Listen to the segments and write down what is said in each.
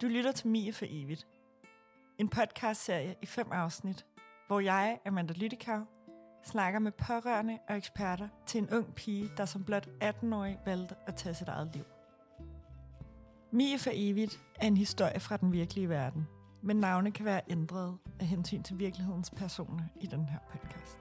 Du lytter til Mie for evigt. En podcastserie i 5 afsnit, hvor jeg, Amanda Lytikav, snakker med pårørende og eksperter til en ung pige, der som blot 18-årig valgte at tage sit eget liv. Mie for evigt er en historie fra den virkelige verden, men navne kan være ændret af hensyn til virkelighedens personer i den her podcast.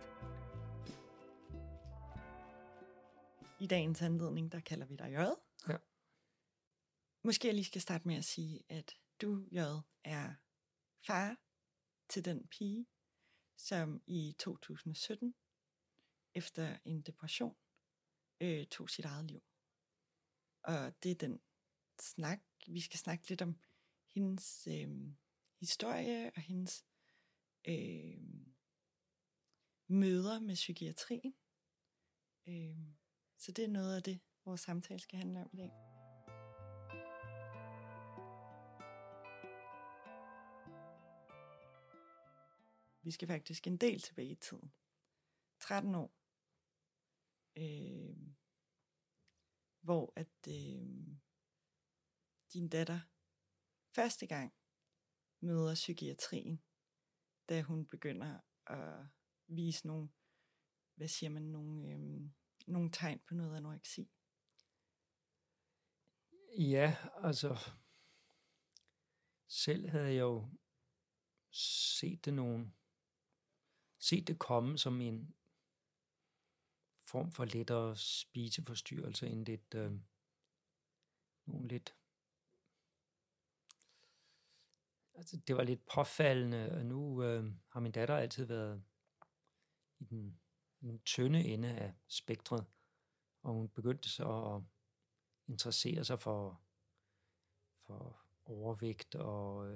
I dagens anledning, der kalder vi dig J. Ja. Måske jeg lige skal starte med at sige, at du, J, er far til den pige, som i 2017, efter en depression, tog sit eget liv. Og det er den snak, vi skal snakke lidt om hendes historie og hendes møder med psykiatrien. Så det er noget af det, vores samtale skal handle om i dag. Vi skal faktisk en del tilbage i tiden. 13 år. Hvor at din datter første gang møder psykiatrien, da hun begynder at vise nogle, hvad siger man, nogle tegn på noget anoreksi. Ja, altså selv havde jeg jo set det komme som en form for lettere spiseforstyrrelse end altså det var lidt påfaldende, og nu har min datter altid været i den tynde ende af spektret, og hun begyndte så at interessere sig for overvægt og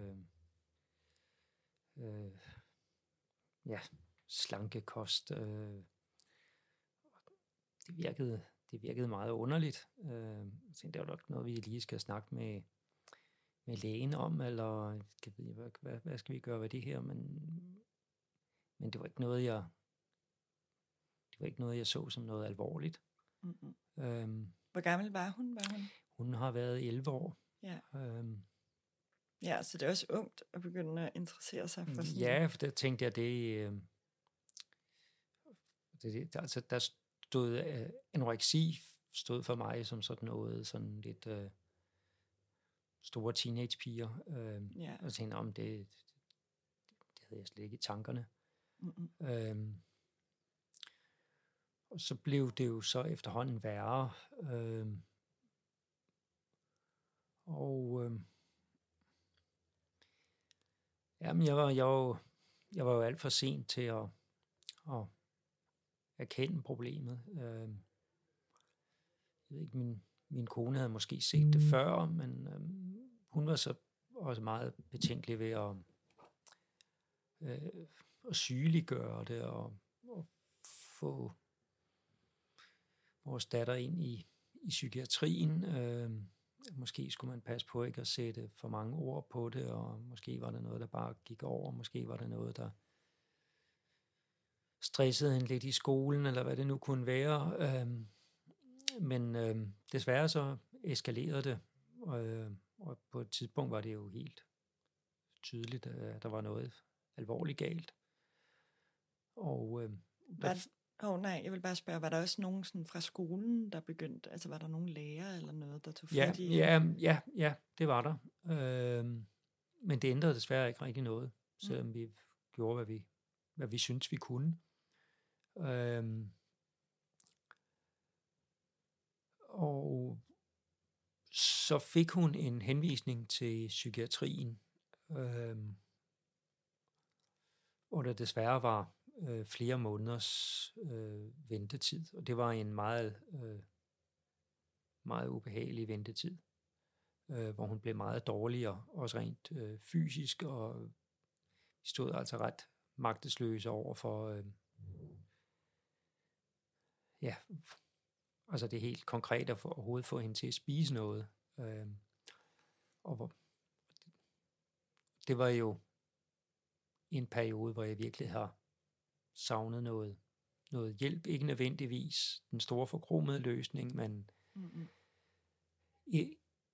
slankekost. Det virkede meget underligt. Jeg tænkte, det var nok noget, vi lige skal snakke med lægen om, eller hvad skal vi gøre ved det her? Men det var ikke noget, jeg så som noget alvorligt. Mm-hmm. Hvor gammel var hun? Hun har været 11 år. Ja. Ja, så det er også ungt at begynde at interessere sig for sådan. Ja, for der tænkte jeg, altså der stod anoreksi stod for mig som sådan noget, sådan lidt store teenagepiger. Og jeg tænkte, om det havde jeg slet ikke i tankerne. Mm-hmm. Og så blev det jo så efterhånden værre. Jamen, jeg var jo alt for sent til at erkende problemet. Jeg ved ikke, min kone havde måske set det før, men hun var så også meget betænkelig ved at sygeliggøre det og få vores datter ind i psykiatrien. Måske skulle man passe på ikke at sætte for mange ord på det, og måske var det noget, der bare gik over. Måske var det noget, der stressede hende lidt i skolen, eller hvad det nu kunne være. Men desværre så eskalerede det, og på et tidspunkt var det jo helt tydeligt, at der var noget alvorligt galt. Og jeg vil bare spørge, var der også nogen sådan fra skolen, der begyndte, altså var der nogen lærer eller noget, der tog fat i? Ja, det var der. Men det ændrede desværre ikke rigtig noget, selvom vi gjorde, hvad vi syntes, vi kunne. Og så fik hun en henvisning til psykiatrien, hvor der desværre var flere måneders ventetid, og det var en meget, meget ubehagelig ventetid, hvor hun blev meget dårligere, også rent fysisk, og vi stod altså ret magtesløse over for altså det helt konkret at overhovedet få hende til at spise noget. Og det var jo en periode, hvor jeg virkelig har savnet noget hjælp. Ikke nødvendigvis den store forkromede løsning, men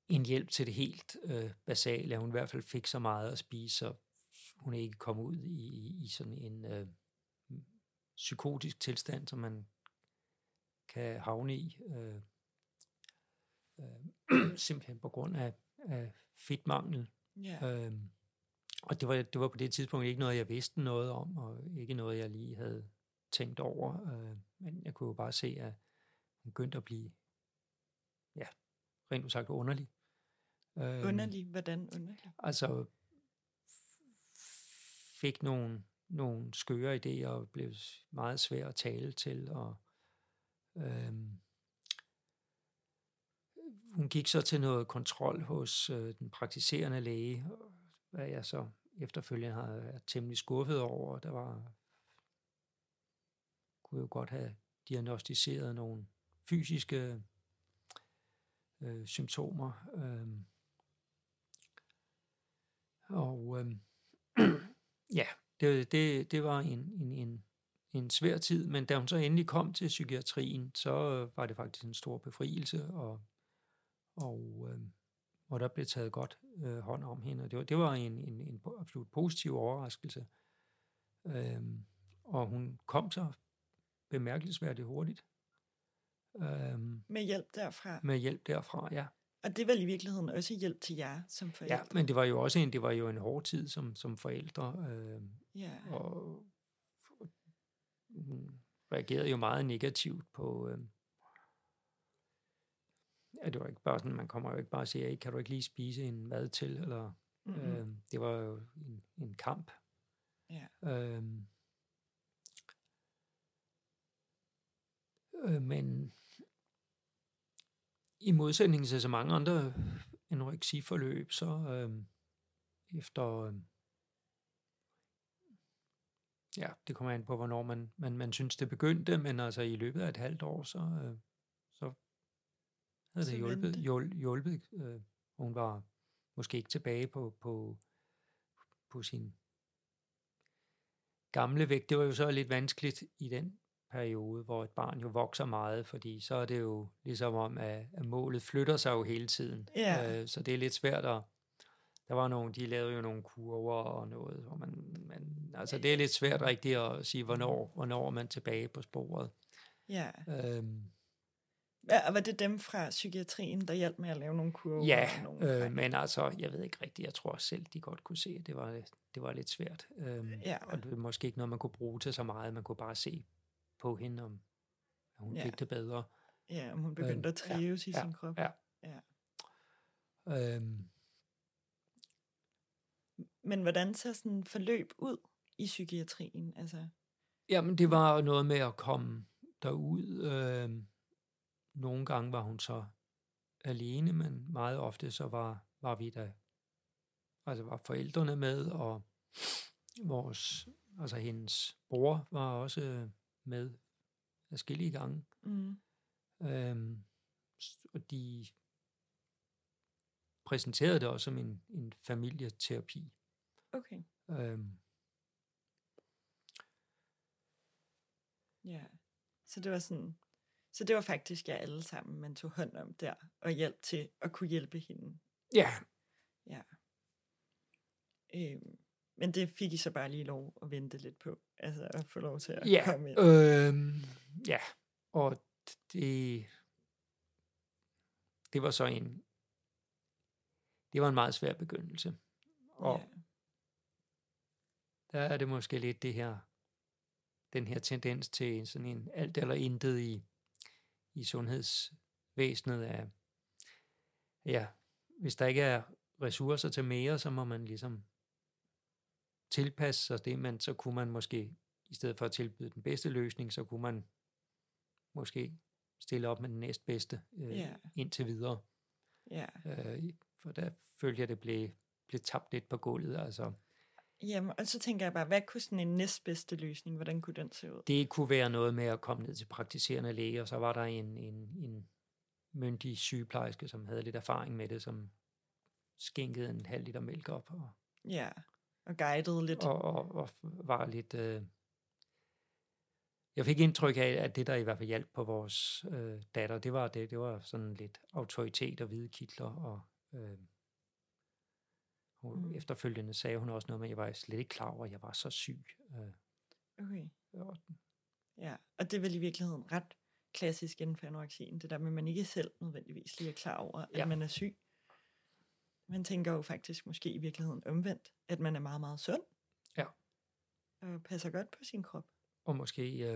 en hjælp til det helt basale, at hun i hvert fald fik så meget at spise, så hun ikke kom ud i sådan en psykotisk tilstand, som man kan havne i, simpelthen på grund af fedtmangel. Ja. Og det var på det tidspunkt ikke noget, jeg vidste noget om, og ikke noget, jeg lige havde tænkt over. Men jeg kunne jo bare se, at hun begyndte at blive, ja, rent usagt underlig. Underlig? Hvordan underlig? Altså, fik nogle skøre idéer, og blev meget svær at tale til, og hun gik så til noget kontrol hos den praktiserende læge, hvad jeg så efterfølgende har været temmelig skuffet over. Kunne jo godt have diagnostiseret nogle fysiske symptomer. Ja, det var en svær tid, men da hun så endelig kom til psykiatrien, så var det faktisk en stor befrielse, og der blev taget godt hånd om hende, og det var en absolut positiv overraskelse. Og hun kom så bemærkelsesværdigt hurtigt. Med hjælp derfra? Med hjælp derfra, ja. Og det er vel i virkeligheden også hjælp til jer som forældre? Ja, men det var jo også en hård tid som forældre. Ja. Og hun reagerede jo meget negativt på... det var ikke bare sådan, man kommer jo ikke bare og siger, kan du ikke lige spise en mad til? Eller, det var jo en kamp. Ja. Men i modsætning til så mange andre anoreksiforløb, så efter... det kommer an på, hvornår man synes, det begyndte, men altså i løbet af et halvt år, så havde det hjulpet. Hun var måske ikke tilbage på sin gamle vægt. Det var jo så lidt vanskeligt i den periode, hvor et barn jo vokser meget, fordi så er det jo ligesom om, at målet flytter sig jo hele tiden. Yeah. Så det er lidt svært at... Der var de lavede jo nogle kurver og noget, hvor altså det er lidt svært rigtigt at sige, hvornår er man tilbage på sporet. Ja. Og var det dem fra psykiatrien, der hjalp med at lave nogle kurver? Ja, men altså, jeg ved ikke rigtigt. Jeg tror selv, de godt kunne se, at det var lidt svært. Og det var måske ikke noget, man kunne bruge til så meget. Man kunne bare se på hende, om hun fik det bedre. Ja, om hun begyndte at trives i sin krop. Ja. Men hvordan ser sådan en forløb ud i psykiatrien? Altså? Jamen, det var noget med at komme derud. Nogle gange var hun så alene, men meget ofte så var vi der, altså var forældrene med, og hendes bror var også med adskillige gange. Og de præsenterede det også som en familieterapi. Okay. Ja, så det var sådan... Så det var faktisk jer alle sammen, man tog hånd om der, og hjalp til at kunne hjælpe hende. Ja. Ja. Men det fik I så bare lige lov at vente lidt på, altså at få lov til at komme ind. Ja, og det var så det var en meget svær begyndelse. Og der er det måske lidt den her tendens til sådan en alt eller intet i sundhedsvæsenet af, hvis der ikke er ressourcer til mere, så må man ligesom tilpasse sig det, men så kunne man måske, i stedet for at tilbyde den bedste løsning, så kunne man måske stille op med den næstbedste indtil videre. For der følte jeg, det blev tabt lidt på gulvet, altså. Jamen, og så tænker jeg bare, hvad kunne sådan en næstbedste løsning, hvordan kunne den se ud? Det kunne være noget med at komme ned til praktiserende læge, og så var der en myndig sygeplejerske, som havde lidt erfaring med det, som skænkede en halv liter mælk op. Og guidede lidt. Og var lidt... Jeg fik indtryk af, at det, der i hvert fald hjalp på vores datter, det var sådan lidt autoritet og hvide kitler, og Efterfølgende sagde hun også noget med, at jeg var slet ikke klar over, at jeg var så syg. Okay. Ja, og det er vel i virkeligheden ret klassisk inden for anoreksien, det der med, at man ikke selv nødvendigvis lige er klar over, at man er syg. Man tænker jo faktisk måske i virkeligheden omvendt, at man er meget, meget sund. Ja. Og passer godt på sin krop. Og måske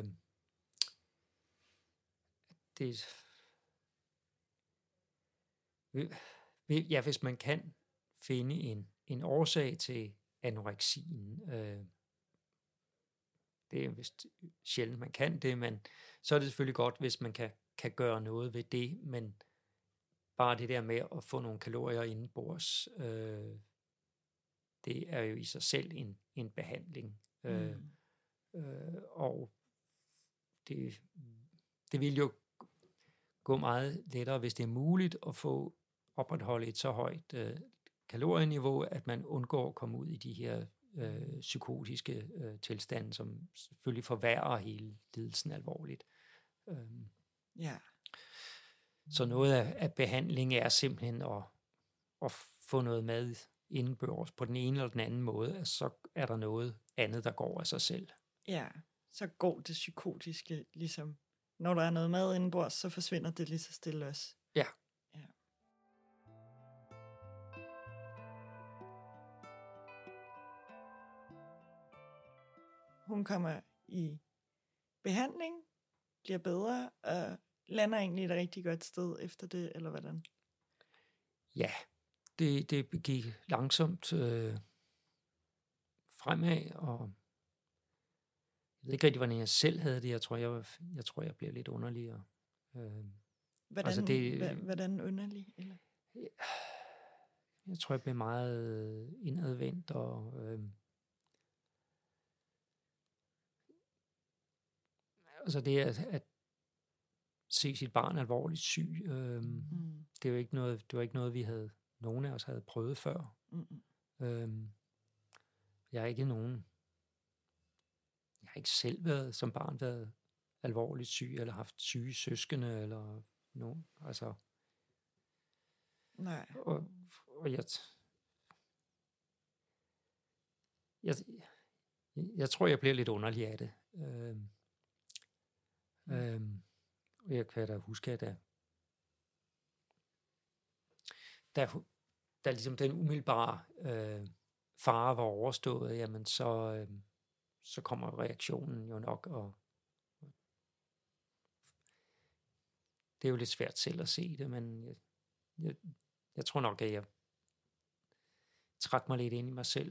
hvis man kan finde en årsag til anoreksien, det er vist sjældent, man kan det, men så er det selvfølgelig godt, hvis man kan gøre noget ved det, men bare det der med at få nogle kalorier indenbords, det er jo i sig selv en behandling. Og det vil jo gå meget lettere, hvis det er muligt at få opretholde et så højt kalorieniveau, at man undgår at komme ud i de her psykotiske tilstande, som selvfølgelig forværrer hele lidelsen alvorligt. Ja. Så noget af behandling er simpelthen at få noget mad indenbords på den ene eller den anden måde, så er der noget andet, der går af sig selv. Ja, så går det psykotiske ligesom, når der er noget mad indenbords, så forsvinder det lige så stille også. Ja. Hun kommer i behandling, bliver bedre, og lander egentlig et rigtig godt sted efter det, eller hvordan? Ja, det gik langsomt fremad, og jeg ved ikke rigtig, hvordan jeg selv havde det. Jeg tror, jeg blev lidt underligere. Hvordan underlig? Eller? Jeg tror, jeg blev meget indadvendt, og altså det at se sit barn alvorligt syg, det var ikke noget, vi havde, nogen af os havde prøvet før. Jeg har ikke selv som barn været alvorligt syg, eller haft syge søskende, eller nogen, altså. Nej. Og jeg tror, jeg bliver lidt underlig af det. Og jeg kan da huske, at da ligesom den umiddelbare fare var overstået, jamen så kommer reaktionen jo nok, og det er jo lidt svært selv at se det, men jeg tror nok, at jeg trak mig lidt ind i mig selv.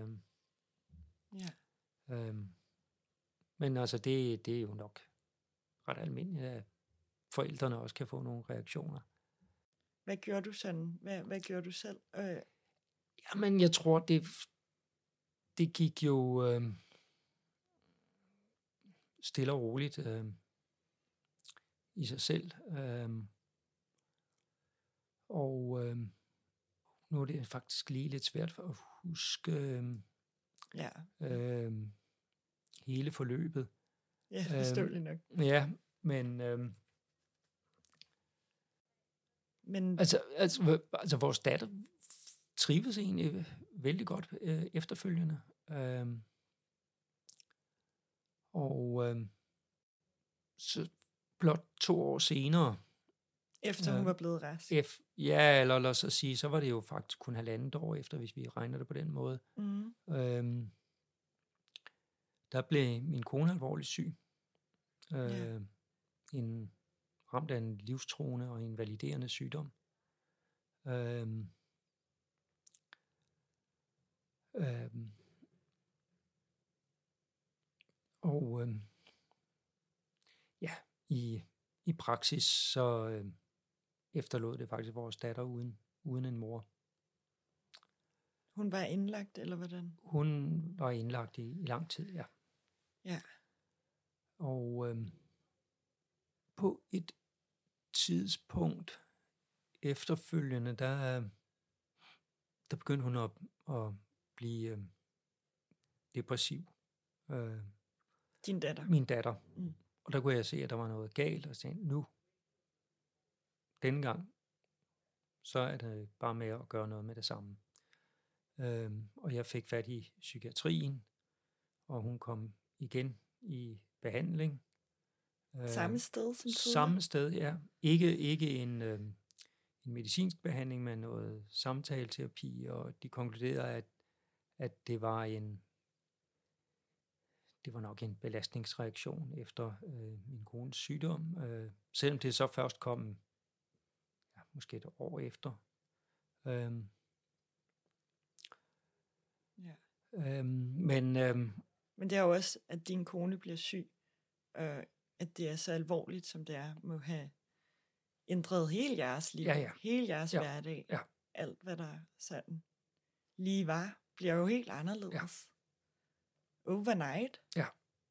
Men altså, det er jo nok ret almindeligt, at forældrene også kan få nogle reaktioner. Hvad gjorde du sådan? Hvad gjorde du selv? Jamen, jeg tror, det gik jo stille og roligt i sig selv. Nu er det faktisk lige lidt svært for at huske hele forløbet. Ja, forståeligt nok. Ja, men altså vores datter trives egentlig vældig godt efterfølgende. Så blot 2 år senere, efter hun var blevet rask. Eller lad os sige, så var det jo faktisk kun 1,5 år efter, hvis vi regner det på den måde. Der blev min kone alvorligt syg. Ramt af en livstruende og invaliderende sygdom. I praksis så efterlod det faktisk vores datter uden en mor. Hun var indlagt, eller hvordan? Hun var indlagt i lang tid, ja. Ja. Og på et tidspunkt efterfølgende, der begyndte hun at blive depressiv. Din datter? Min datter. Og der kunne jeg se, at der var noget galt, og jeg tænkte, denne gang, så er det bare med at gøre noget med det samme. Og jeg fik fat i psykiatrien, og hun kom igen i behandling. Samme sted som tidligere? Samme sted, ja. Ikke en medicinsk behandling, men noget samtaleterapi, og de konkluderede, at det var nok en belastningsreaktion efter min kones sygdom, selvom det så først kom måske et år efter. Men det er jo også, at din kone bliver syg, og at det er så alvorligt, som det er, må have ændret hele jeres liv, hele jeres hverdag. Ja. Alt, hvad der sådan lige var, bliver jo helt anderledes. Overnight. Ja.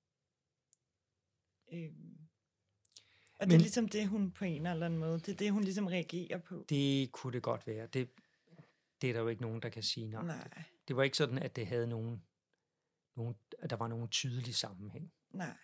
Og det er ligesom det, hun på en eller anden måde, det er det, hun ligesom reagerer på. Det kunne det godt være. Det er der jo ikke nogen, der kan sige nej. Det var ikke sådan, at det havde at der var nogen tydelig sammenhæng. Nej.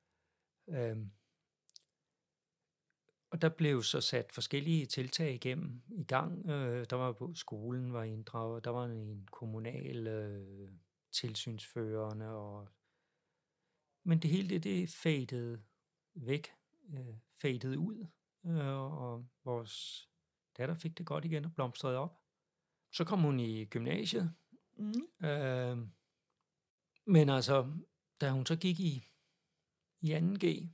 Og der blev så sat forskellige tiltag i gang. Der var på skolen var inddraget, der var en kommunal tilsynsførende, men det hele det fadede væk, fadede ud, og vores datter fik det godt igen og blomstrede op. Så kom hun i gymnasiet, men altså, da hun så gik i 2G,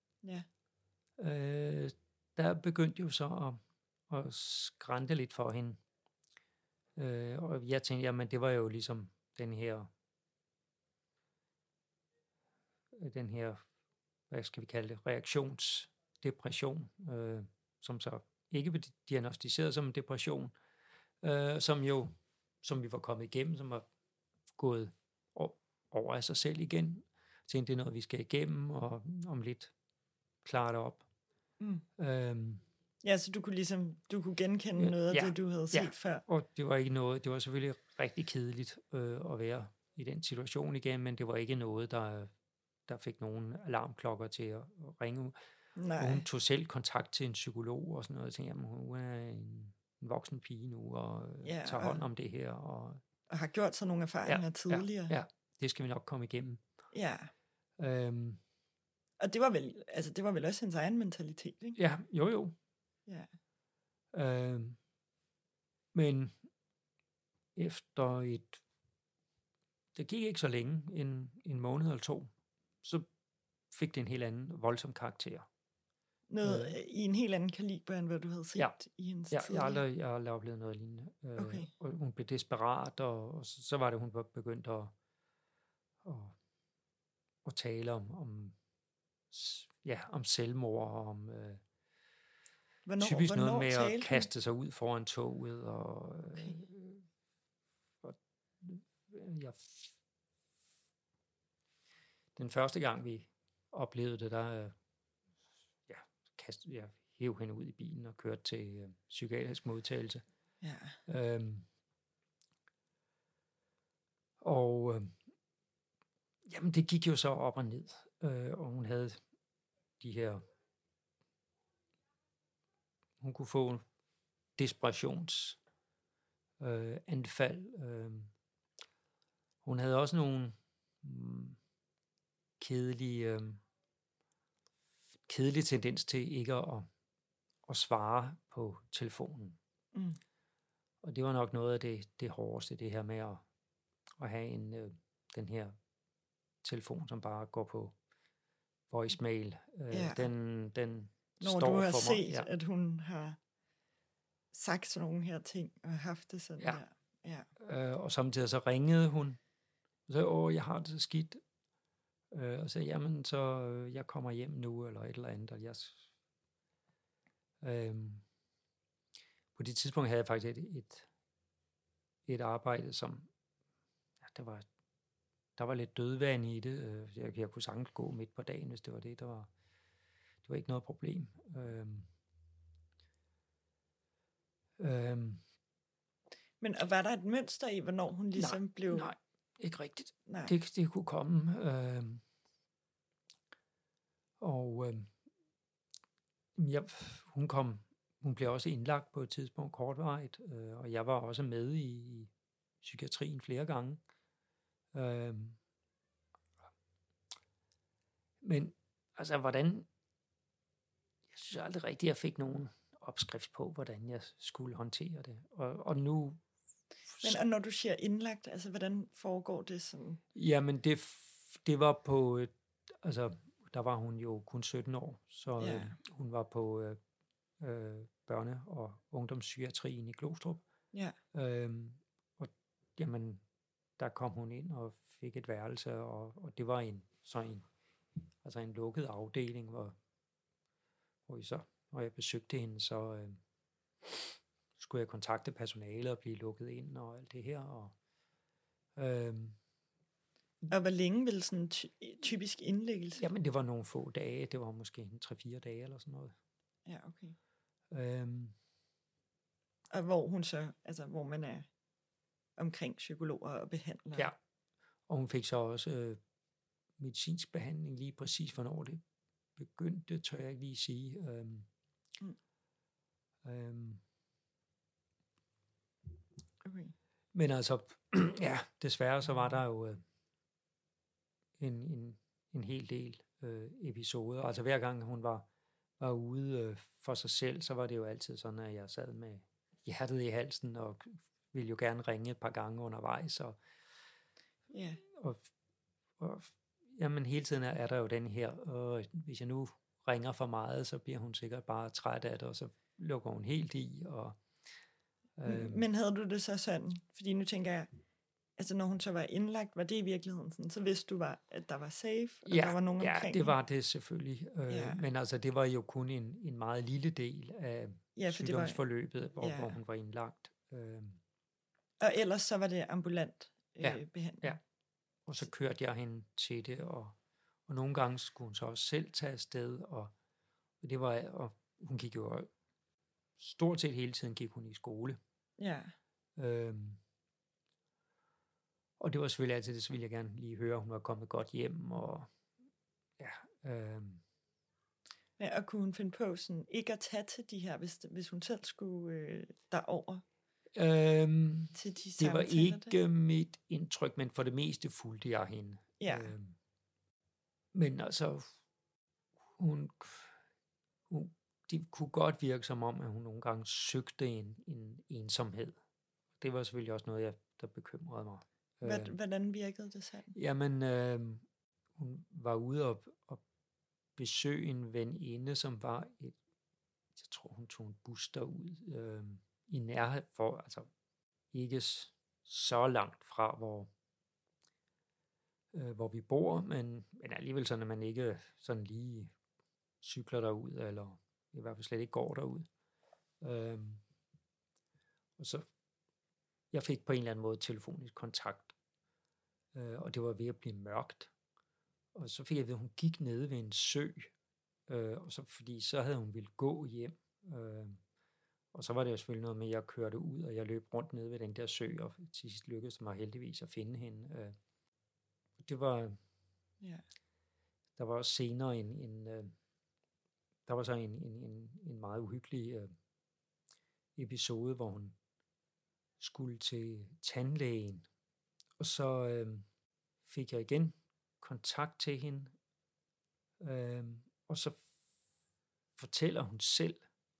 der begyndte jo så at skrante lidt for hende. Og jeg tænkte, jamen det var jo ligesom den her, hvad skal vi kalde det, reaktionsdepression, som så ikke blev diagnosticeret som en depression, som vi var kommet igennem, som var gået over af sig selv igen. Jeg tænkte, det er noget, vi skal igennem, og om lidt klare det op. Ja, så du kunne genkende noget af det, du havde set før. Og det var ikke noget, det var selvfølgelig rigtig kedeligt at være i den situation igen, men det var ikke noget, der fik nogen alarmklokker til at ringe. Nej. Og hun tog selv kontakt til en psykolog og sådan noget, og tænkte, jamen hun er en voksen pige nu, og tager hånd om det her. Og har gjort sig nogle erfaringer tidligere. Ja, det skal vi nok komme igennem. Ja. Og det var vel også hendes egen mentalitet, ikke? Ja, jo. Ja. Men efter det gik ikke så længe, en måned eller 2, så fik det en helt anden voldsom karakter. Noget i en helt anden kaliber, end hvad du havde set i hendes tidligere? Jeg har aldrig oplevet noget lignende. Okay. Og hun blev desperat, og så var det, hun var begyndt at tale om selvmord, og om typisk noget med at kaste sig ud foran toget, og den første gang vi oplevede det, der jeg hæv hende ud i bilen og kørte til psykiatrisk modtagelse. Ja. Jamen det gik jo så op og ned, og hun havde de her, hun kunne få desperationsanfald. Hun havde også nogle kedelige tendens til ikke at svare på telefonen. Og det var nok noget af det hårdeste, det her med at have den her telefon, som bare går på voicemail. Den når står du har for mig. set, at hun har sagt sådan nogle her ting, og haft det sådan der. Ja. Og samtidig så ringede hun, og sagde, jeg har det så skidt. Og sagde, jamen så jeg kommer hjem nu, eller et eller andet. Og på det tidspunkt havde jeg faktisk et arbejde, som der var lidt dødvande i det. Jeg kunne sagtens gå midt på dagen, hvis det var det. Det var ikke noget problem. Men var der et mønster i, hvornår hun ligesom blev... Nej, ikke rigtigt. Det kunne komme. Hun kom hun blev også indlagt på et tidspunkt kortvarigt, og jeg var også med i psykiatrien flere gange. Men altså, hvordan... Jeg synes aldrig rigtigt, jeg fik nogen opskrift på, hvordan jeg skulle håndtere det. Og nu... Men og når du siger indlagt, altså hvordan foregår det sådan? Jamen, det var på... Altså, der var hun jo kun 17 år, så hun var på børne- og ungdomspsykiatrien i Glostrup. Ja. Og jamen, der kom hun ind og fik et værelse, og det var en lukket afdeling, hvor jeg besøgte hende, så skulle jeg kontakte personalet og blive lukket ind og alt det her. Og hvor længe ville sådan en typisk indlæggelse? Jamen, det var nogle få dage. Det var måske 3-4 dage eller sådan noget. Ja, okay. Og hvor man er omkring psykologer og behandlere. Ja, og hun fik så også medicinsk behandling lige præcis, hvornår det begyndte, tør jeg ikke lige sige. Okay. Men altså, ja, desværre så var der jo en hel del episoder. Altså hver gang hun var ude for sig selv, så var det jo altid sådan, at jeg sad med hjertet i halsen og ville jo gerne ringe et par gange undervejs. Og jamen hele tiden er der jo den her, hvis jeg nu ringer for meget, så bliver hun sikkert bare træt af det, og så lukker hun helt i. Men havde du det så sådan? Fordi nu tænker jeg, altså når hun så var indlagt, var det i virkeligheden sådan, så vidste du, at der var safe, og der var nogen omkring? Ja, det var det selvfølgelig. Men altså, det var jo kun en meget lille del af sygdomsforløbet, hvor hun var indlagt. Og ellers så var det ambulant behandling? Ja, og så kørte jeg hende til det, og nogle gange skulle hun så også selv tage afsted, og hun gik jo stort set hele tiden gik hun i skole. Ja. Og det var selvfølgelig altid det, så ville jeg gerne lige høre, hun var kommet godt hjem, og ja, og kunne hun finde på sådan, ikke at tage til de her, hvis hun selv skulle derover? Til de det var ikke mit indtryk, men for det meste fulgte jeg hende. Ja. Men altså, det kunne godt virke som om, at hun nogle gange søgte en ensomhed. Det var selvfølgelig også noget, der bekymrede mig. Hvordan virkede det sådan? Jamen, hun var ude og besøge en veninde, som var jeg tror hun tog en bus derud i nærhed for, altså ikke så langt fra, hvor vi bor, men alligevel sådan, at man ikke sådan lige cykler derud, eller i hvert fald slet ikke går derud. Og så jeg fik på en eller anden måde telefonisk kontakt, og det var ved at blive mørkt. Og så fik jeg ved, at hun gik nede ved en sø, og fordi så havde hun ville gå hjem. Og så var det jo selvfølgelig noget med, at jeg kørte ud, og jeg løb rundt nede ved den der sø, og til sidst lykkedes det mig heldigvis at finde hende. Det var... Ja. Der var også senere der var så en meget uhyggelig episode, hvor hun skulle til tandlægen. Og så fik jeg igen kontakt til hende, og så fortæller hun selv,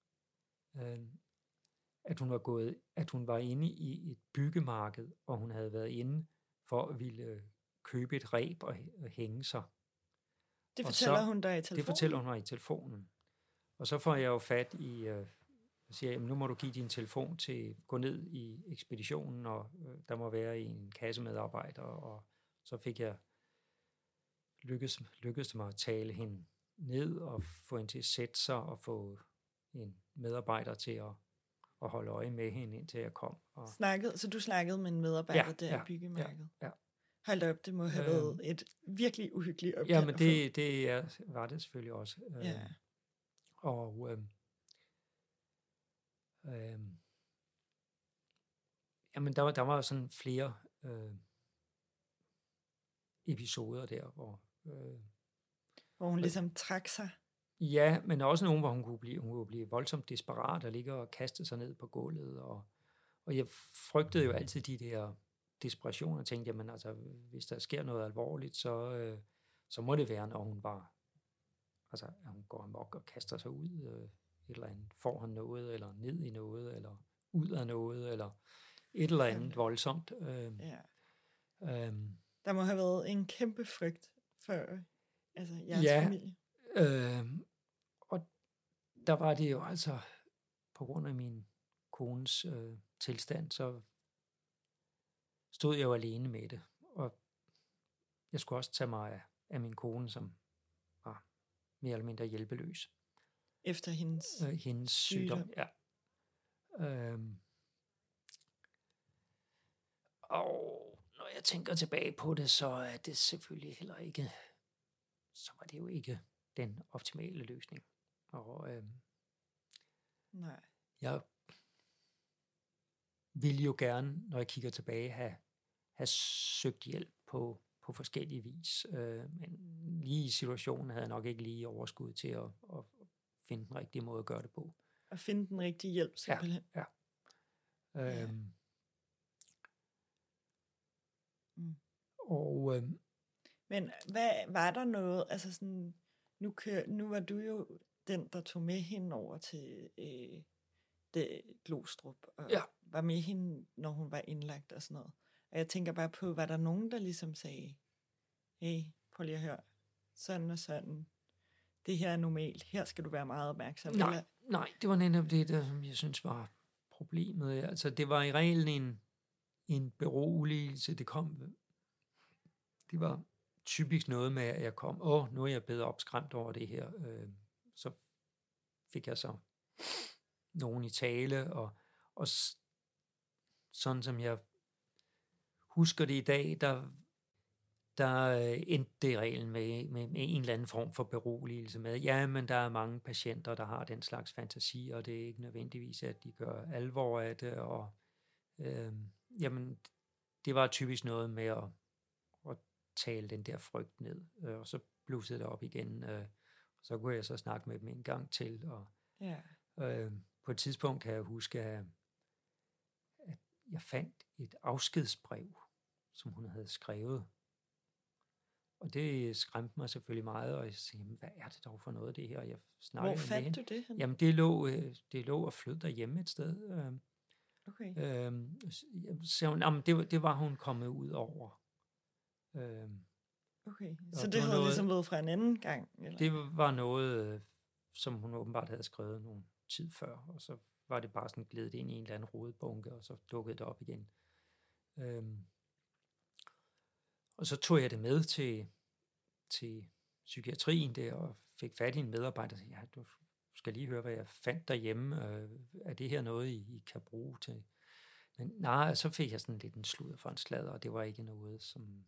at hun var inde i et byggemarked, og hun havde været inde for at ville købe et reb og hænge sig. Det fortæller hun dig i telefonen? Det fortæller hun mig i telefonen. Og så får jeg jo fat i, og siger, jamen, nu må du give din telefon til, gå ned i ekspeditionen, og der må være en kassemedarbejder, og så fik jeg lykkedes mig at tale hende ned, og få hende til at sætte sig, og få en medarbejder til at holde øje med hende, indtil jeg kom. Så du snakkede med en medarbejder der i byggemarkedet? Ja. Hold op, det må have været et virkelig uhyggeligt opkald. Ja, men det var det selvfølgelig også. Og jamen, der var sådan flere episoder der, hvor hun ligesom trak sig? Ja, men også nogen, hvor hun kunne blive voldsomt desperat og ligge og kaste sig ned på gulvet. Og jeg frygtede jo altid de der desperationer og tænkte, jamen altså, hvis der sker noget alvorligt, så må det være, når hun var, altså, at hun går amok og kaster sig ud et eller andet, får han noget, eller ned i noget, eller ud af noget, eller et eller andet voldsomt. Ja. Der må have været en kæmpe frygt for jeres familie. Og der var det jo altså, på grund af min kones tilstand, så stod jeg jo alene med det. Og jeg skulle også tage mig af min kone, som var mere eller mindre hjælpeløs. Efter hendes sygdom. Ja. Og når jeg tænker tilbage på det, så er det selvfølgelig heller ikke, så var det jo ikke den optimale løsning. Og nej. Jeg ville jo gerne, når jeg kigger tilbage, have søgt hjælp på forskellige vis. Men lige i situationen havde jeg nok ikke lige overskud til at finde den rigtige måde at gøre det på. At finde den rigtige hjælp, simpelthen. Ja. Men var der noget, altså sådan, nu var du jo den, der tog med hende over til det Glostrup, og var med hende, når hun var indlagt og sådan noget. Og jeg tænker bare på, var der nogen, der ligesom sagde, hey, prøv lige at høre, sådan og sådan, det her er normalt, her skal du være meget opmærksom. Nej, det var netop det, der, som jeg synes var problemet. Altså, det var i reglen en beroligelse, det var typisk noget med, at jeg kom, nu er jeg blevet opskræmt over det her. Så fik jeg så nogen i tale, og sådan som jeg husker det i dag, der endte det i reglen med en eller anden form for beroligelse med, ja, men der er mange patienter, der har den slags fantasi, og det er ikke nødvendigvis, at de gør alvor af det, og jamen, det var typisk noget med at tale den der frygt ned, og så blussede det op igen, og så kunne jeg så snakke med dem en gang til, og på et tidspunkt kan jeg huske, at jeg fandt et afskedsbrev, som hun havde skrevet, og det skræmte mig selvfølgelig meget, og jeg sagde, hvad er det dog for noget, det her? Og jeg hvor fandt du det? Jamen, det lå og flød derhjemme et sted. Okay. Så hun, det var hun kommet ud over. Okay, så det havde ligesom været fra en anden gang? Eller? Det var noget, som hun åbenbart havde skrevet nogle tid før, og så var det bare sådan glædet ind i en eller anden rodebunke, og så dukkede det op igen. Og så tog jeg det med til psykiatrien der, og fik fat i en medarbejder, og sagde, ja, du skal lige høre, hvad jeg fandt derhjemme. Er det her noget, I kan bruge til? Men nej, så fik jeg sådan lidt en sludder for en sladder, og det var ikke noget, som...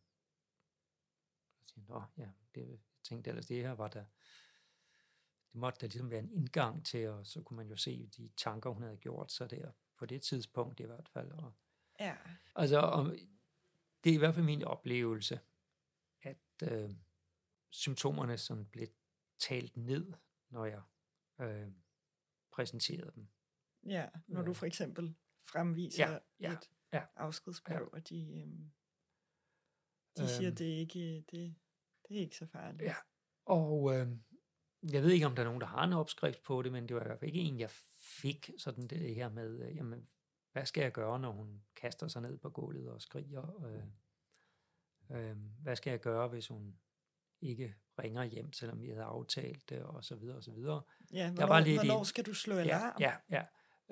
jeg tænkte ellers, det her var der... Det måtte da ligesom være en indgang til, og så kunne man jo se de tanker, hun havde gjort sig der, på det tidspunkt i hvert fald. Og, altså, det er i hvert fald min oplevelse, at symptomerne sådan blev talt ned, når jeg præsenterede dem. Ja, når du for eksempel fremviser et afskedsbrev, og de siger, det er ikke så farligt. Ja, og jeg ved ikke, om der er nogen, der har en opskrift på det, men det var i hvert fald ikke en, jeg fik sådan det her med, jamen, hvad skal jeg gøre, når hun kaster sig ned på gulvet og skriger? Hvad skal jeg gøre, hvis hun ikke ringer hjem, selvom vi havde aftalt det, og så videre, og så videre. Ja, hvornår skal du slå alarm? Ja.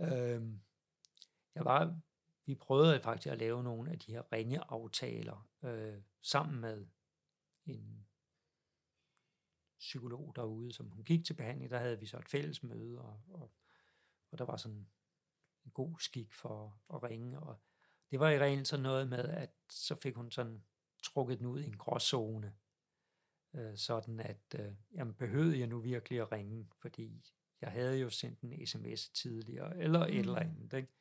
Vi prøvede faktisk at lave nogle af de her ringeaftaler sammen med en psykolog derude, som hun gik til behandling. Der havde vi så et fælles møde, og der var sådan en god skik for at ringe, og det var i reglen sådan noget med, at så fik hun sådan trukket den ud i en gråzone, sådan at, jamen, behøvede jeg nu virkelig at ringe, fordi jeg havde jo sendt en sms tidligere, eller et eller andet, ikke?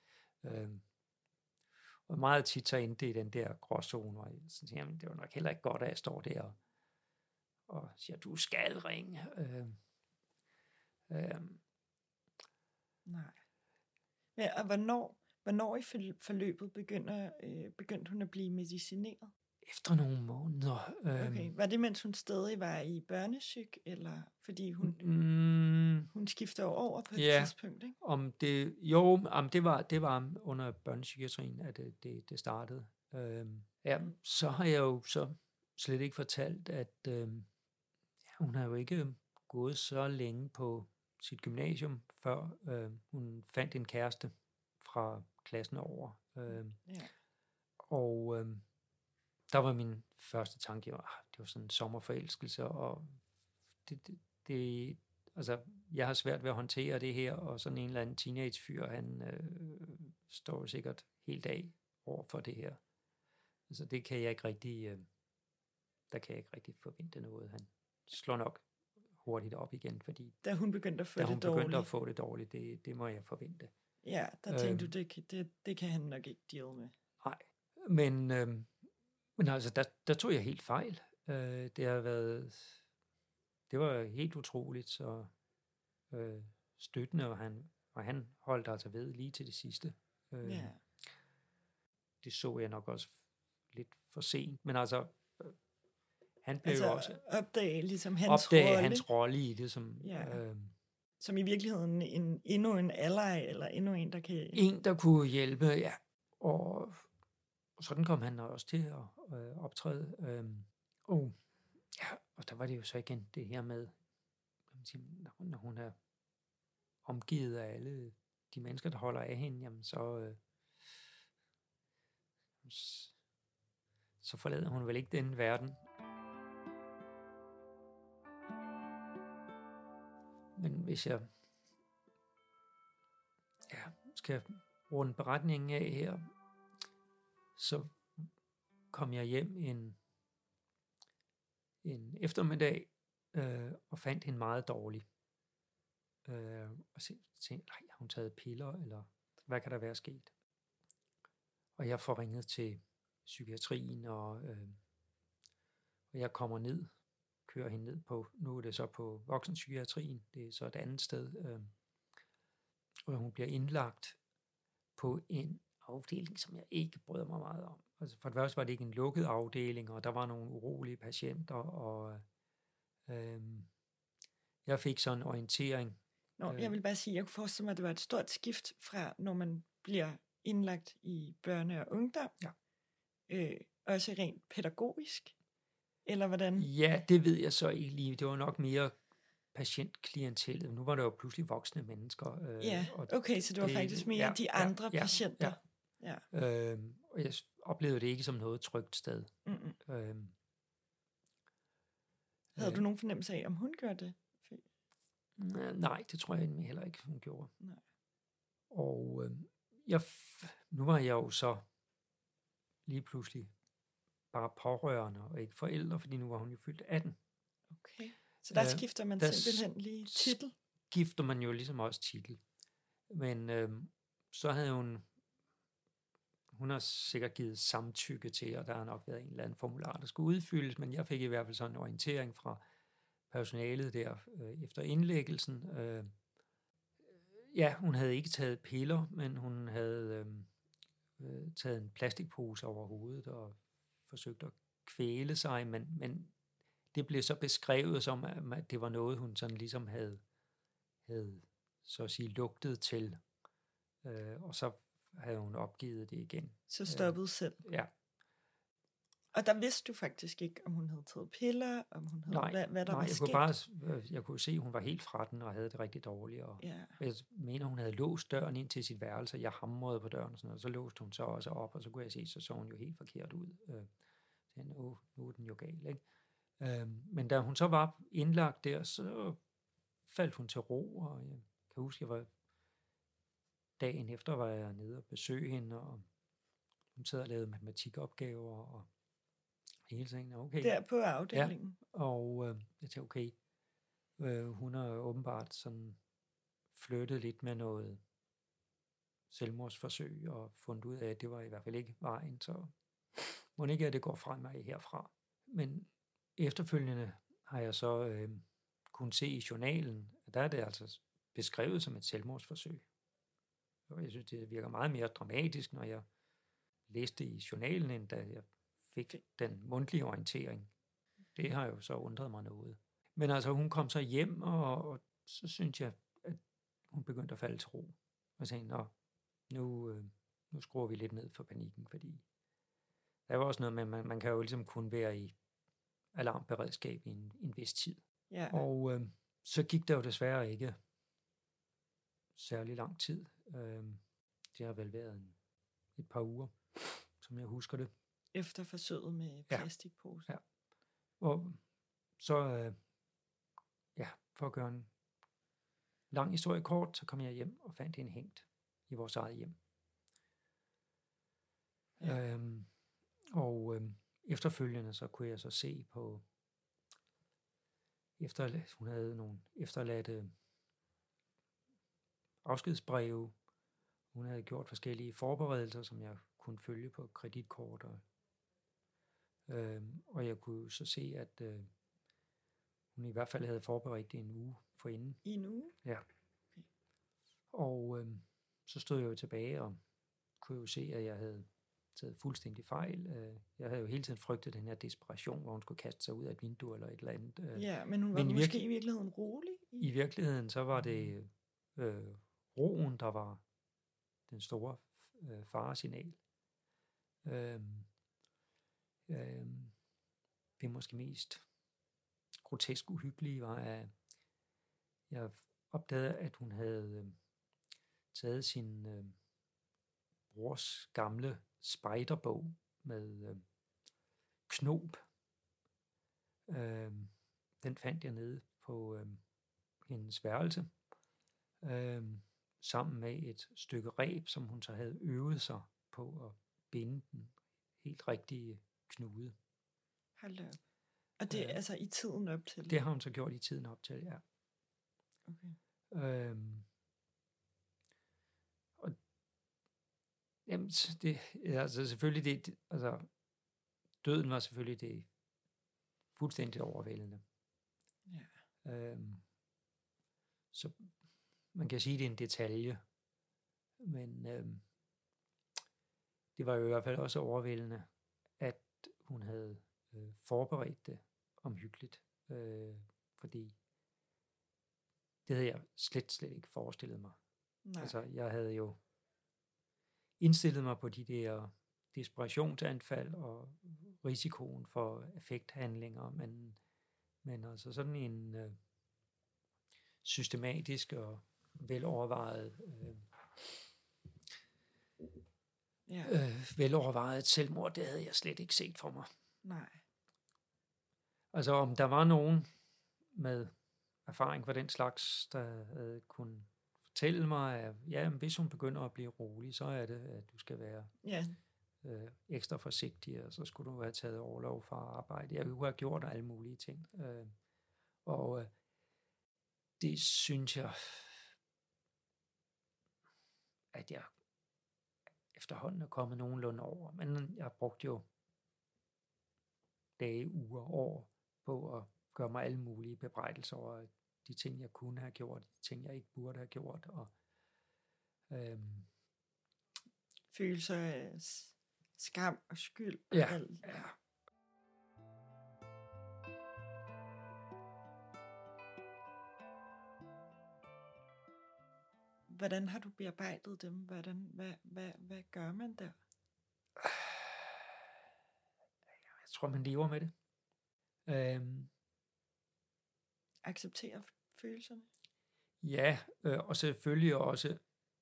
Og meget tit så endte det i den der gråzone, og jeg synes, jamen, det var nok heller ikke godt, at jeg står der og siger, du skal ringe. Nej. Ja, og hvornår i forløbet begyndte hun at blive medicineret? Efter nogle måneder. Okay. Var det, mens hun stadig var i børnesyg, eller fordi hun skifter over på et tidspunkt, ikke? Det var under børnepsykiatrien, at det startede. Så har jeg jo så slet ikke fortalt, at hun har jo ikke gået så længe på sit gymnasium, før hun fandt en kæreste fra klassen over. Og der var min første tanke, det var sådan en sommerforelskelse, og altså, jeg har svært ved at håndtere det her, og sådan en eller anden teenagefyr, han står sikkert helt af over for det her. Altså, det kan jeg ikke rigtig, der kan jeg ikke rigtig forvente noget. Han slår nok hurtigt op igen, fordi da hun begyndte at få det dårligt, det må jeg forvente. Ja, der tænkte du, det kan han nok ikke deal med. Nej, men altså, der tog jeg helt fejl. Det var helt utroligt, så støttende, og han holdt altså ved lige til det sidste. Det så jeg nok også lidt for sent, men altså, han blev jo også opdage ligesom hans rolle i det, som i virkeligheden endnu en ally, eller endnu en, der kan... En, der kunne hjælpe, ja. Og sådan kom han også til at optræde. Og der var det jo så igen det her med, når hun er omgivet af alle de mennesker, der holder af hende, jamen så forlader hun vel ikke den verden. Men hvis jeg skal runde beretningen af her, så kom jeg hjem en eftermiddag og fandt hende meget dårlig. Og tænkte, har hun taget piller, eller hvad kan der være sket? Og jeg får ringet til psykiatrien, og jeg kommer ned, kører hende ned på, nu er det så på voksenpsykiatrien, det er så et andet sted, og hun bliver indlagt på en afdeling, som jeg ikke bryder mig meget om. Altså for det første var det ikke en lukket afdeling, og der var nogle urolige patienter, og jeg fik sådan en orientering. Jeg vil bare sige, jeg kunne forestille mig, at det var et stort skift fra, når man bliver indlagt i børne- og ungdom, også rent pædagogisk, eller hvordan? Ja, det ved jeg så ikke lige. Det var nok mere patientklientellet. Nu var der jo pludselig voksne mennesker. Okay, så det var faktisk mere de andre patienter. Ja. Og jeg oplevede det ikke som noget trygt sted. Havde du nogen fornemmelse af, om hun gjorde det? Nej, det tror jeg heller ikke, hun gjorde. Nej. Og nu var jeg jo så lige pludselig bare pårørende og ikke forældre, fordi nu var hun jo fyldt 18. Okay. Så der skifter man simpelthen lige titel? Skifter man jo ligesom også titel. Men så havde hun har sikkert givet samtykke til, og der har nok været en eller anden formular, der skulle udfyldes, men jeg fik i hvert fald sådan en orientering fra personalet der efter indlæggelsen. Hun havde ikke taget piller, men hun havde taget en plastikpose over hovedet og forsøgt at kvæle sig, men det blev så beskrevet som, at det var noget, hun sådan ligesom havde så at sige lugtet til, og så havde hun opgivet det igen. Så stoppede selv? Ja. Og der vidste du faktisk ikke, om hun havde taget piller, om hun havde, hvad der var sket? Jeg kunne se, at hun var helt fra den og havde det rigtig dårligt. Og jeg mener, hun havde låst døren ind til sit værelse, og jeg hamrede på døren og sådan noget, og så låste hun så også op, og så kunne jeg se, så hun jo helt forkert ud. Nu er den jo gal, ikke? Men da hun så var indlagt der, så faldt hun til ro, og jeg kan huske, dagen efter var jeg nede og besøgte hende, og hun sad og lavede matematikopgaver, og hele tiden, okay. Der på afdelingen? Ja, og jeg tænkte, okay, hun har åbenbart sådan flyttet lidt med noget selvmordsforsøg, og fundet ud af, at det var i hvert fald ikke vejen, så må ikke, at det går fremad herfra. Men efterfølgende har jeg så kunne se i journalen, at der er det altså beskrevet som et selvmordsforsøg. Og jeg synes, det virker meget mere dramatisk, når jeg læste i journalen, end da jeg fik den mundtlige orientering. Det har jo så undret mig noget. Men altså, hun kom så hjem, og så synes jeg, at hun begyndte at falde til ro. Og sagde, nu skruer vi lidt ned for panikken, fordi der var også noget med, man kan jo ligesom kun være i alarmberedskab i en vis tid. Ja. Og så gik der jo desværre ikke særlig lang tid. Det har vel været et par uger, som jeg husker det. Efter forsøget med plastikpose. Ja. Og så, for at gøre en lang historie kort, så kom jeg hjem og fandt hende hængt i vores eget hjem. Ja. Efterfølgende så kunne jeg så se på, hun havde nogle efterladte afskedsbreve. Hun havde gjort forskellige forberedelser, som jeg kunne følge på kreditkort. Og jeg kunne så se, at hun i hvert fald havde forberedt det en uge forinden. I en uge? Ja. Okay. Og så stod jeg jo tilbage og kunne jo se, at jeg havde taget fuldstændig fejl. Jeg havde jo hele tiden frygtet den her desperation, hvor hun skulle kaste sig ud af et vindue eller et eller andet. Ja, men hun var måske i virkeligheden rolig? I virkeligheden så var det roen, der var den store faresignal. Det måske mest grotesk uhyggelige var, at jeg opdagede, at hun havde taget sin brors gamle spejderbog med knob. Den fandt jeg nede på hendes værelse, sammen med et stykke reb, som hun så havde øvet sig på at binde den helt rigtige knude. Hold da op. Og det er altså i tiden op til? Det har hun så gjort i tiden op til, ja. Okay. Og jamen, det, altså selvfølgelig det, altså døden var selvfølgelig det fuldstændig overvældende. Ja. Så man kan sige, det er en detalje, men det var jo i hvert fald også overvældende, at hun havde forberedt det omhyggeligt, fordi det havde jeg slet ikke forestillet mig. Nej. Altså, jeg havde jo indstillet mig på de der desperationsanfald og risikoen for affekthandlinger, men altså sådan en systematisk og velovervejet velovervejet selvmord, det havde jeg slet ikke set for mig. Nej. Altså om der var nogen med erfaring for den slags, der havde kunne fortælle mig, at ja, hvis hun begynder at blive rolig, så er det, at du skal være ekstra forsigtig, og så skulle du have taget orlov fra arbejde. Jeg kunne have gjort alle mulige ting. Og det synes jeg, at jeg efterhånden er kommet nogenlunde over. Men jeg har brugt jo dage, uger, år på at gøre mig alle mulige bebrejdelser over de ting, jeg kunne have gjort, de ting, jeg ikke burde have gjort. Og, følelser af skam og skyld. Ja, og alt. Ja. Hvordan har du bearbejdet dem? Hvad gør man der? Jeg tror, man lever med det. Acceptere følelserne? Ja, og selvfølgelig også,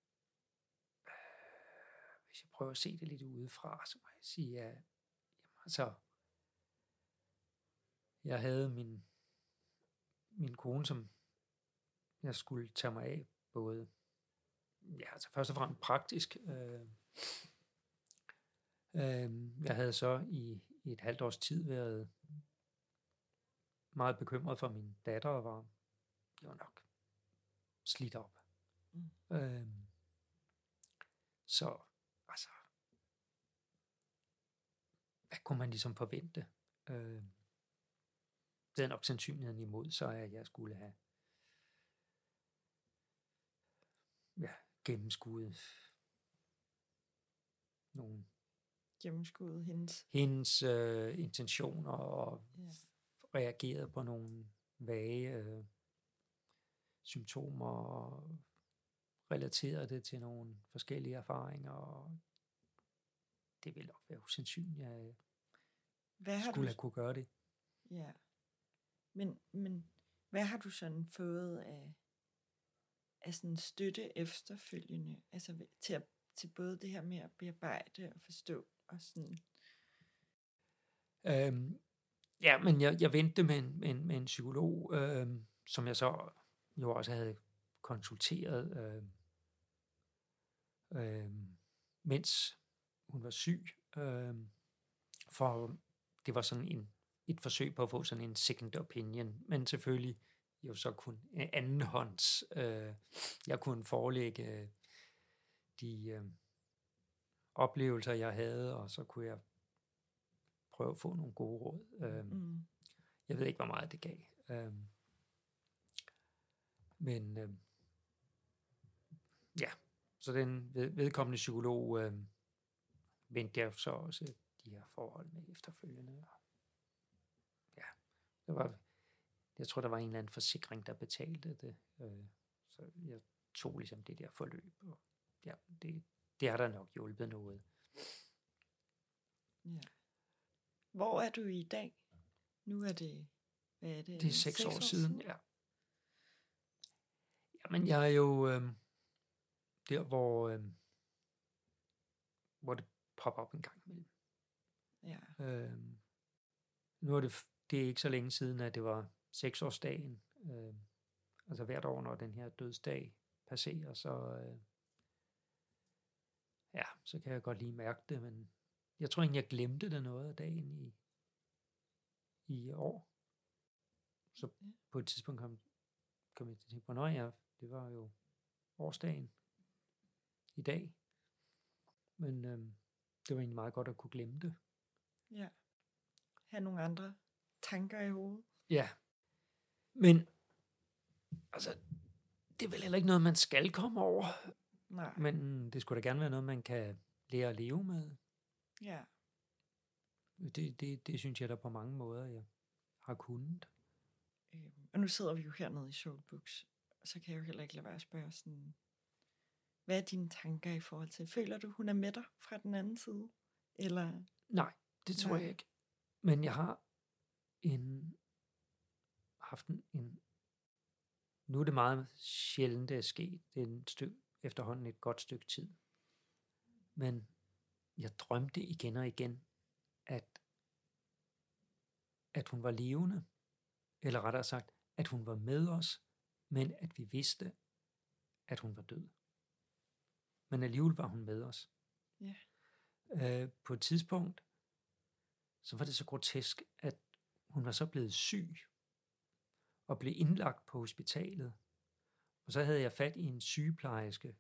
hvis jeg prøver at se det lidt udefra, så må jeg sige, at altså, jeg havde min kone, som jeg skulle tage mig af, både altså først og fremmest praktisk. Jeg havde så i et halvt års tid været meget bekymret for min datter, og var jo nok slidt op. Så altså, hvad kunne man ligesom forvente? det er nok sandsynligheden imod, så at jeg skulle have gennemskuet nogle Gennemskuet hendes intentioner og reageret på nogle vage symptomer og relateret det til nogle forskellige erfaringer, og det vil nok være usandsynligt, at jeg skulle have kunne gøre det. Ja. Men hvad har du sådan fået af sådan støtte efterfølgende, altså til både det her med at bearbejde og forstå og sådan? Men jeg vendte med en psykolog, som jeg så jo også havde konsulteret, mens hun var syg, for det var sådan et forsøg på at få sådan en second opinion, men selvfølgelig jo så kun andenhånds. Jeg kunne forelægge de oplevelser, jeg havde, og så kunne jeg prøve at få nogle gode råd. Jeg ved ikke, hvor meget det gav. Så den vedkommende psykolog vendte jeg så også de her forhold med efterfølgende. Jeg tror, der var en eller anden forsikring, der betalte det. Så jeg tog ligesom det der forløb. Og det har der nok hjulpet noget. Ja. Hvor er du i dag? Nu er det, hvad er det? Det er 6 år siden, ja. Jamen, jeg er jo der, hvor det popper op en gang imellem. Ja. Nu er det er ikke så længe siden, at det var 6-årsdagen. Altså hvert år, når den her dødsdag passerer, så kan jeg godt lige mærke det, men jeg tror egentlig, jeg glemte det noget af dagen i år. Så på et tidspunkt kom jeg til at tænke på, det var jo årsdagen i dag. Men det var egentlig meget godt at kunne glemme det. Ja. Have nogle andre tanker i hovedet. Ja. Men altså, det er vel heller ikke noget, man skal komme over. Nej. Men det skulle da gerne være noget, man kan lære at leve med. Ja. Det synes jeg da på mange måder, jeg har kunnet. Og nu sidder vi jo hernede i Soulbooks, og så kan jeg jo heller ikke lade være at spørge sådan, hvad er dine tanker i forhold til? Føler du, hun er med dig fra den anden side? Eller? Nej, det tror jeg ikke. Men jeg har haft en nu er det meget sjældent, det er sket. Det er efterhånden et godt stykke tid. Men jeg drømte igen og igen, at hun var levende, eller rettere sagt, at hun var med os, men at vi vidste, at hun var død. Men alligevel var hun med os. Ja. På et tidspunkt, så var det så grotesk, at hun var så blevet syg, og blev indlagt på hospitalet. Og så havde jeg fat i en sygeplejerske,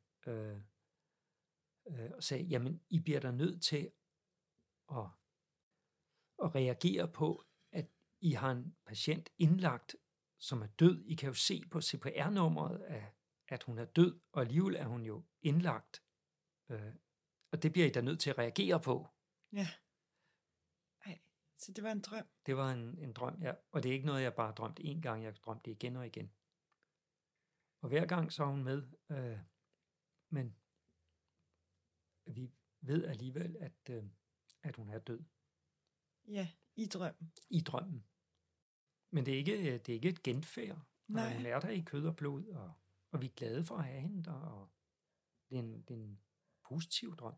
og sagde, jamen, I bliver der nødt til at reagere på, at I har en patient indlagt, som er død. I kan jo se på CPR-nummeret, at hun er død, og alligevel er hun jo indlagt. Og det bliver I da nødt til at reagere på. Ja. Ej, så det var en drøm? Det var en drøm, ja. Og det er ikke noget, jeg bare drømte en gang. Jeg drømte det igen og igen. Og hver gang så er hun med. Men vi ved alligevel, at hun er død. Ja, i drømmen. I drømmen. Men det er ikke et genfærd. Nej. Hun er der i kød og blod, og vi er glade for at have hende der, og det er en positiv drøm.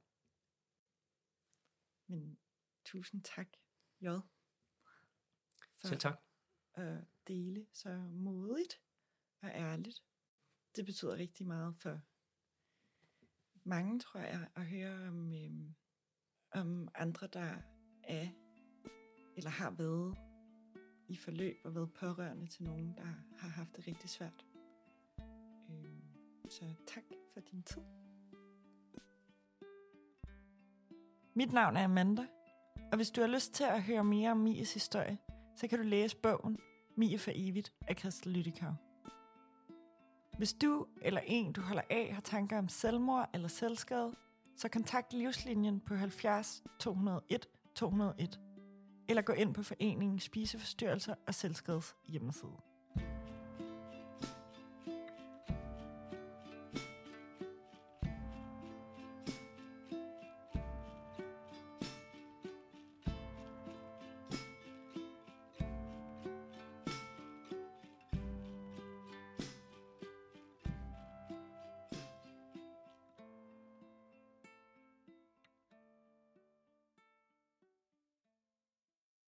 Men tusind tak, J. Selv tak. At dele så modigt og ærligt. Det betyder rigtig meget for mange, tror jeg, at høre om andre, der er eller har været i forløb og været pårørende til nogen, der har haft det rigtig svært. Så tak for din tid. Mit navn er Amanda, og hvis du har lyst til at høre mere om Mias historie, så kan du læse bogen Mie for evigt af Christel Lyttikau. Hvis du eller en, du holder af, har tanker om selvmord eller selvskade, så kontakt Livslinjen på 70 201 201, eller gå ind på foreningen Spiseforstyrrelser og Selvskades hjemmeside.